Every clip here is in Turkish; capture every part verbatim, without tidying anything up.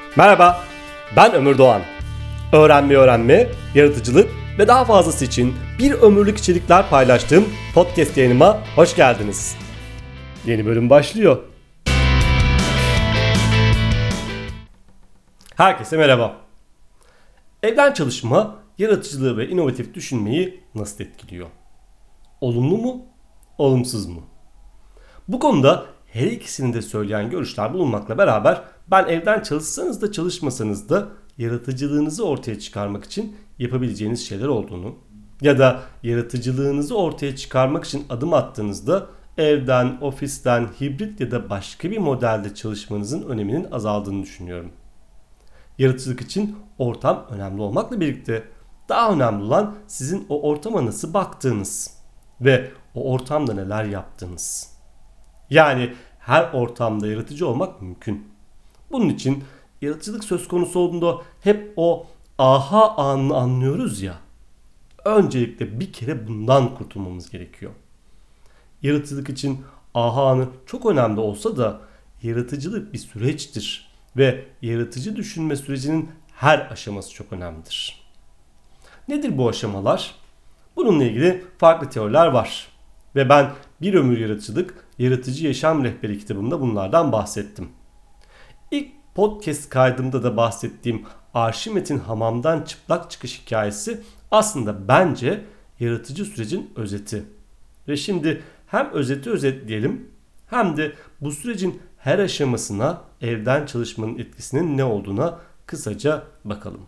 Merhaba, ben Ömür Doğan. Öğrenme öğrenme, yaratıcılık ve daha fazlası için bir ömürlük içerikler paylaştığım podcast yayınıma hoş geldiniz. Yeni bölüm başlıyor. Herkese merhaba. Evden çalışma, yaratıcılığı ve inovatif düşünmeyi nasıl etkiliyor? Olumlu mu, olumsuz mu? Bu konuda her ikisini de söyleyen görüşler bulunmakla beraber ben evden çalışsanız da çalışmasanız da yaratıcılığınızı ortaya çıkarmak için yapabileceğiniz şeyler olduğunu ya da yaratıcılığınızı ortaya çıkarmak için adım attığınızda evden, ofisten, hibrit ya da başka bir modelde çalışmanızın öneminin azaldığını düşünüyorum. Yaratıcılık için ortam önemli olmakla birlikte daha önemli olan sizin o ortama nasıl baktığınız ve o ortamda neler yaptığınız. Yani her ortamda yaratıcı olmak mümkün. Bunun için yaratıcılık söz konusu olduğunda hep o aha anını anlıyoruz ya. Öncelikle bir kere bundan kurtulmamız gerekiyor. Yaratıcılık için aha anı çok önemli olsa da yaratıcılık bir süreçtir ve yaratıcı düşünme sürecinin her aşaması çok önemlidir. Nedir bu aşamalar? Bununla ilgili farklı teoriler var. Ve ben Bir Ömür Yaratıcılık, Yaratıcı Yaşam Rehberi kitabımda bunlardan bahsettim. İlk podcast kaydımda da bahsettiğim Arşimet'in hamamdan çıplak çıkış hikayesi aslında bence yaratıcı sürecin özeti. Ve şimdi hem özeti özetleyelim hem de bu sürecin her aşamasına evden çalışmanın etkisinin ne olduğuna kısaca bakalım.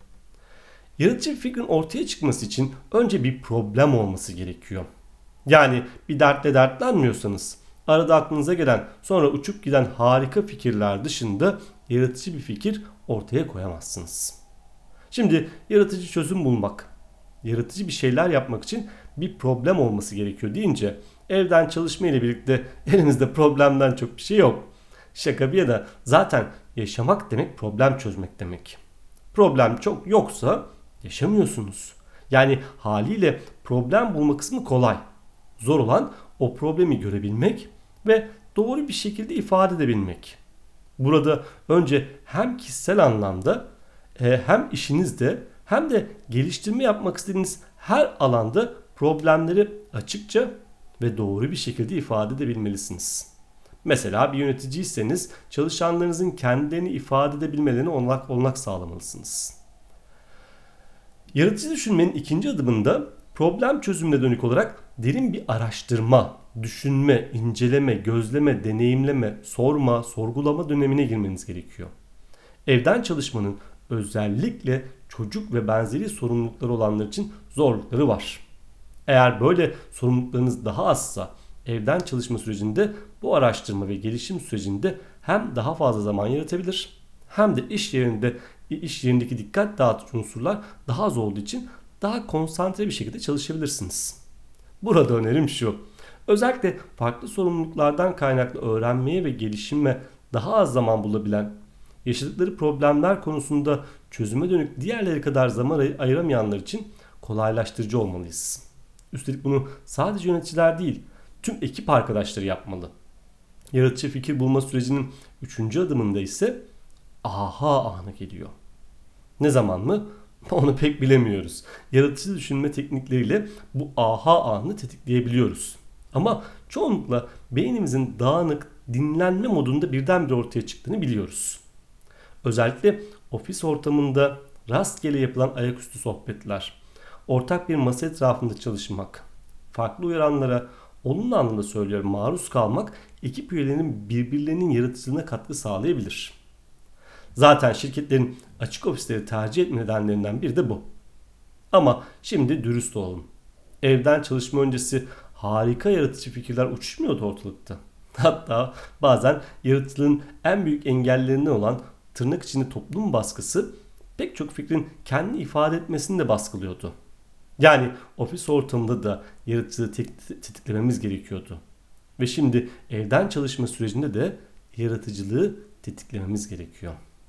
Yaratıcı bir fikrin ortaya çıkması için önce bir problem olması gerekiyor. Yani bir dertle dertlenmiyorsanız arada aklınıza gelen sonra uçup giden harika fikirler dışında yaratıcı bir fikir ortaya koyamazsınız. Şimdi yaratıcı çözüm bulmak, yaratıcı bir şeyler yapmak için bir problem olması gerekiyor deyince evden çalışma ile birlikte elinizde problemden çok bir şey yok. Şaka bir yana zaten yaşamak demek problem çözmek demek. Problem çok yoksa yaşamıyorsunuz. Yani haliyle problem bulma kısmı kolay. Zor olan o problemi görebilmek ve doğru bir şekilde ifade edebilmek. Burada önce hem kişisel anlamda hem işinizde hem de geliştirme yapmak istediğiniz her alanda problemleri açıkça ve doğru bir şekilde ifade edebilmelisiniz. Mesela bir yöneticiyseniz çalışanlarınızın kendilerini ifade edebilmelerine olanak, olanak sağlamalısınız. Yaratıcı düşünmenin ikinci adımında problem çözümüne dönük olarak derin bir araştırma, düşünme, inceleme, gözleme, deneyimleme, sorma, sorgulama dönemine girmeniz gerekiyor. Evden çalışmanın özellikle çocuk ve benzeri sorumlulukları olanlar için zorlukları var. Eğer böyle sorumluluklarınız daha azsa evden çalışma sürecinde bu araştırma ve gelişim sürecinde hem daha fazla zaman yaratabilir hem de iş yerinde iş yerindeki dikkat dağıtıcı unsurlar daha az olduğu için daha konsantre bir şekilde çalışabilirsiniz. Burada önerim şu. Özellikle farklı sorumluluklardan kaynaklı öğrenmeye ve gelişime daha az zaman bulabilen, yaşadıkları problemler konusunda çözüme dönük diğerleri kadar zaman ay- ayıramayanlar için kolaylaştırıcı olmalıyız. Üstelik bunu sadece yöneticiler değil, tüm ekip arkadaşları yapmalı. Yaratıcı fikir bulma sürecinin üçüncü adımında ise aha anı geliyor. Ne zaman mı? Onu pek bilemiyoruz. Yaratıcı düşünme teknikleriyle bu aha anını tetikleyebiliyoruz. Ama çoğunlukla beynimizin dağınık dinlenme modunda birdenbire ortaya çıktığını biliyoruz. Özellikle ofis ortamında rastgele yapılan ayaküstü sohbetler, ortak bir masa etrafında çalışmak, farklı uyaranlara olumlu anlamda söylüyorum maruz kalmak ekip üyelerinin birbirlerinin yaratıcılığına katkı sağlayabilir. Zaten şirketlerin açık ofisleri tercih etme nedenlerinden biri de bu. Ama şimdi dürüst olalım. Evden çalışma öncesi harika yaratıcı fikirler uçuşmuyordu ortalıkta. Hatta bazen yaratıcılığın en büyük engellerinden olan tırnak içinde toplum baskısı pek çok fikrin kendini ifade etmesini de baskılıyordu. Yani ofis ortamında da yaratıcılığı tetiklememiz gerekiyordu. Ve şimdi evden çalışma sürecinde de yaratıcılığı tetiklememiz gerekiyor.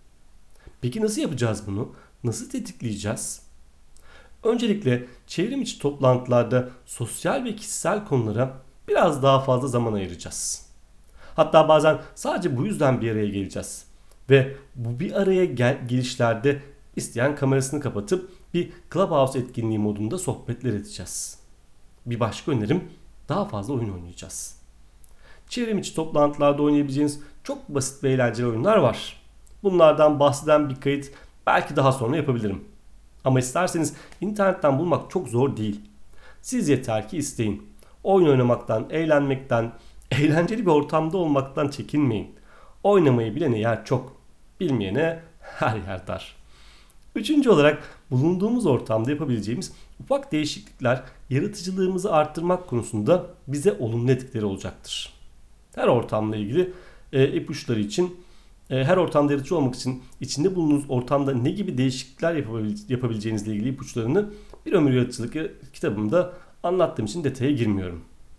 Peki nasıl yapacağız bunu? Nasıl tetikleyeceğiz? Öncelikle çevrim içi toplantılarda sosyal ve kişisel konulara biraz daha fazla zaman ayıracağız. Hatta bazen sadece bu yüzden bir araya geleceğiz. Ve bu bir araya gel gelişlerde isteyen kamerasını kapatıp bir Clubhouse etkinliği modunda sohbetler edeceğiz. Bir başka önerim, daha fazla oyun oynayacağız. Çevrim içi toplantılarda oynayabileceğiniz çok basit ve eğlenceli oyunlar var. Bunlardan bahseden bir kayıt belki daha sonra yapabilirim. Ama isterseniz internetten bulmak çok zor değil. Siz yeter ki isteyin. Oyun oynamaktan, eğlenmekten, eğlenceli bir ortamda olmaktan çekinmeyin. Oynamayı bilene yer çok, bilmeyene her yer dar. Üçüncü olarak bulunduğumuz ortamda yapabileceğimiz ufak değişiklikler yaratıcılığımızı arttırmak konusunda bize olumlu etkileri olacaktır. Her ortamla ilgili e, ipuçları için, e, her ortamda yaratıcı olmak için içinde bulunduğunuz ortamda ne gibi değişiklikler yapabil- yapabileceğinizle ilgili ipuçlarını Bir Ömür Yaratıcılık kitabımda anlattığım için detaya girmiyorum.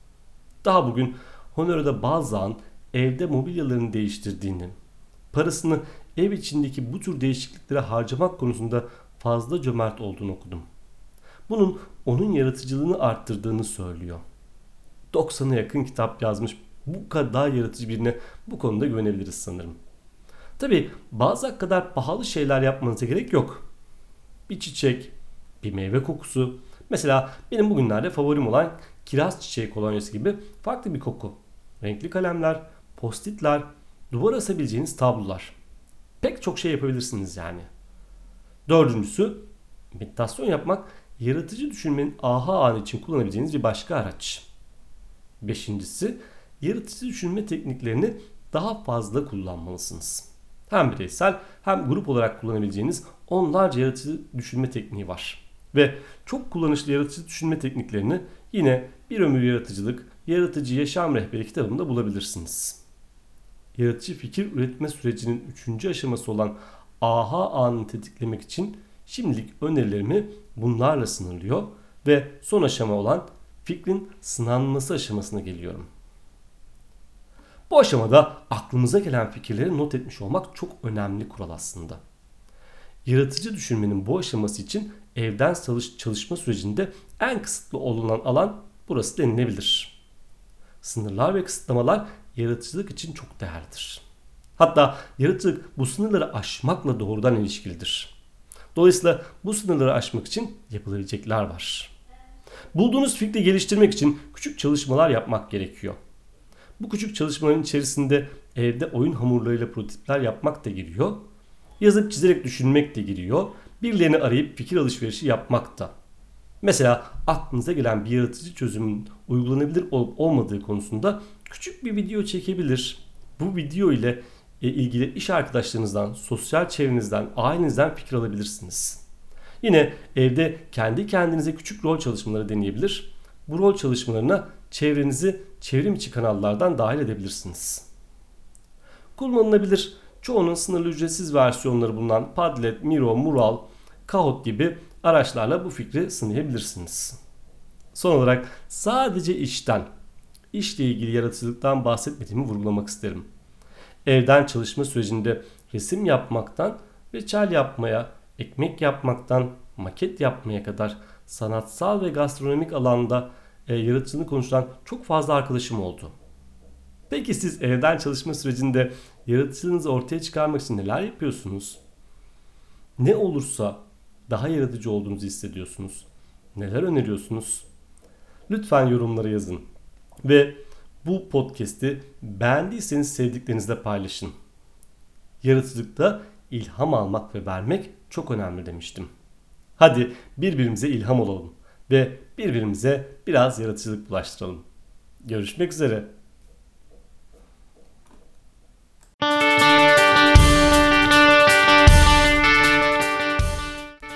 Daha bugün Honora'da Balzac'ın evde mobilyalarını değiştirdiğini, parasını ev içindeki bu tür değişikliklere harcamak konusunda fazla cömert olduğunu okudum. Bunun onun yaratıcılığını arttırdığını söylüyor. doksana yakın kitap yazmış bu kadar yaratıcı birine bu konuda güvenebiliriz sanırım. Tabi Balzac kadar pahalı şeyler yapmanıza gerek yok. Bir çiçek, bir meyve kokusu, mesela benim bugünlerde favorim olan kiraz çiçeği kolonyası gibi farklı bir koku, renkli kalemler, postitler, duvara asabileceğiniz tablolar. Pek çok şey yapabilirsiniz yani. Dördüncüsü, meditasyon yapmak yaratıcı düşünmenin aha anı için kullanabileceğiniz bir başka araç. Beşincisi, yaratıcı düşünme tekniklerini daha fazla kullanmalısınız. Hem bireysel hem grup olarak kullanabileceğiniz onlarca yaratıcı düşünme tekniği var. Ve çok kullanışlı yaratıcı düşünme tekniklerini yine Bir Ömür Yaratıcılık, Yaratıcı Yaşam Rehberi kitabında bulabilirsiniz. Yaratıcı fikir üretme sürecinin üçüncü aşaması olan aha anını tetiklemek için şimdilik önerilerimi bunlarla sınırlıyor ve son aşama olan fikrin sınanması aşamasına geliyorum. Bu aşamada aklımıza gelen fikirleri not etmiş olmak çok önemli kural aslında. Yaratıcı düşünmenin bu aşaması için evden çalış çalışma sürecinde en kısıtlı olunan alan burası denilebilir. Sınırlar ve kısıtlamalar yaratıcılık için çok değerlidir. Hatta yaratıcılık bu sınırları aşmakla doğrudan ilişkilidir. Dolayısıyla bu sınırları aşmak için yapılabilecekler var. Bulduğunuz fikri geliştirmek için küçük çalışmalar yapmak gerekiyor. Bu küçük çalışmaların içerisinde evde oyun hamurlarıyla prototipler yapmak da giriyor. Yazıp çizerek düşünmek de giriyor. Birilerini arayıp fikir alışverişi yapmak da. Mesela aklınıza gelen bir yaratıcı çözümün uygulanabilir olup olmadığı konusunda küçük bir video çekebilir. Bu video ile ilgili iş arkadaşlarınızdan, sosyal çevrenizden, ailenizden fikir alabilirsiniz. Yine evde kendi kendinize küçük rol çalışmaları deneyebilir. Bu rol çalışmalarına çevrenizi çevrim içi kanallardan dahil edebilirsiniz. Kullanılabilir, çoğunun sınırlı ücretsiz versiyonları bulunan Padlet, Miro, Mural, Kahoot gibi araçlarla bu fikri sınayabilirsiniz. Son olarak sadece işten, işle ilgili yaratıcılıktan bahsetmediğimi vurgulamak isterim. Evden çalışma sürecinde resim yapmaktan reçel yapmaya, ekmek yapmaktan maket yapmaya kadar sanatsal ve gastronomik alanda e, yaratıcılığını konuşulan çok fazla arkadaşım oldu. Peki siz evden çalışma sürecinde yaratıcılığınızı ortaya çıkarmak için neler yapıyorsunuz? Ne olursa daha yaratıcı olduğunuzu hissediyorsunuz? Neler öneriyorsunuz? Lütfen yorumlara yazın. Ve bu podcast'i beğendiyseniz sevdiklerinizle paylaşın. Yaratıcılıkta ilham almak ve vermek çok önemli demiştim. Hadi birbirimize ilham olalım ve birbirimize biraz yaratıcılık bulaştıralım. Görüşmek üzere.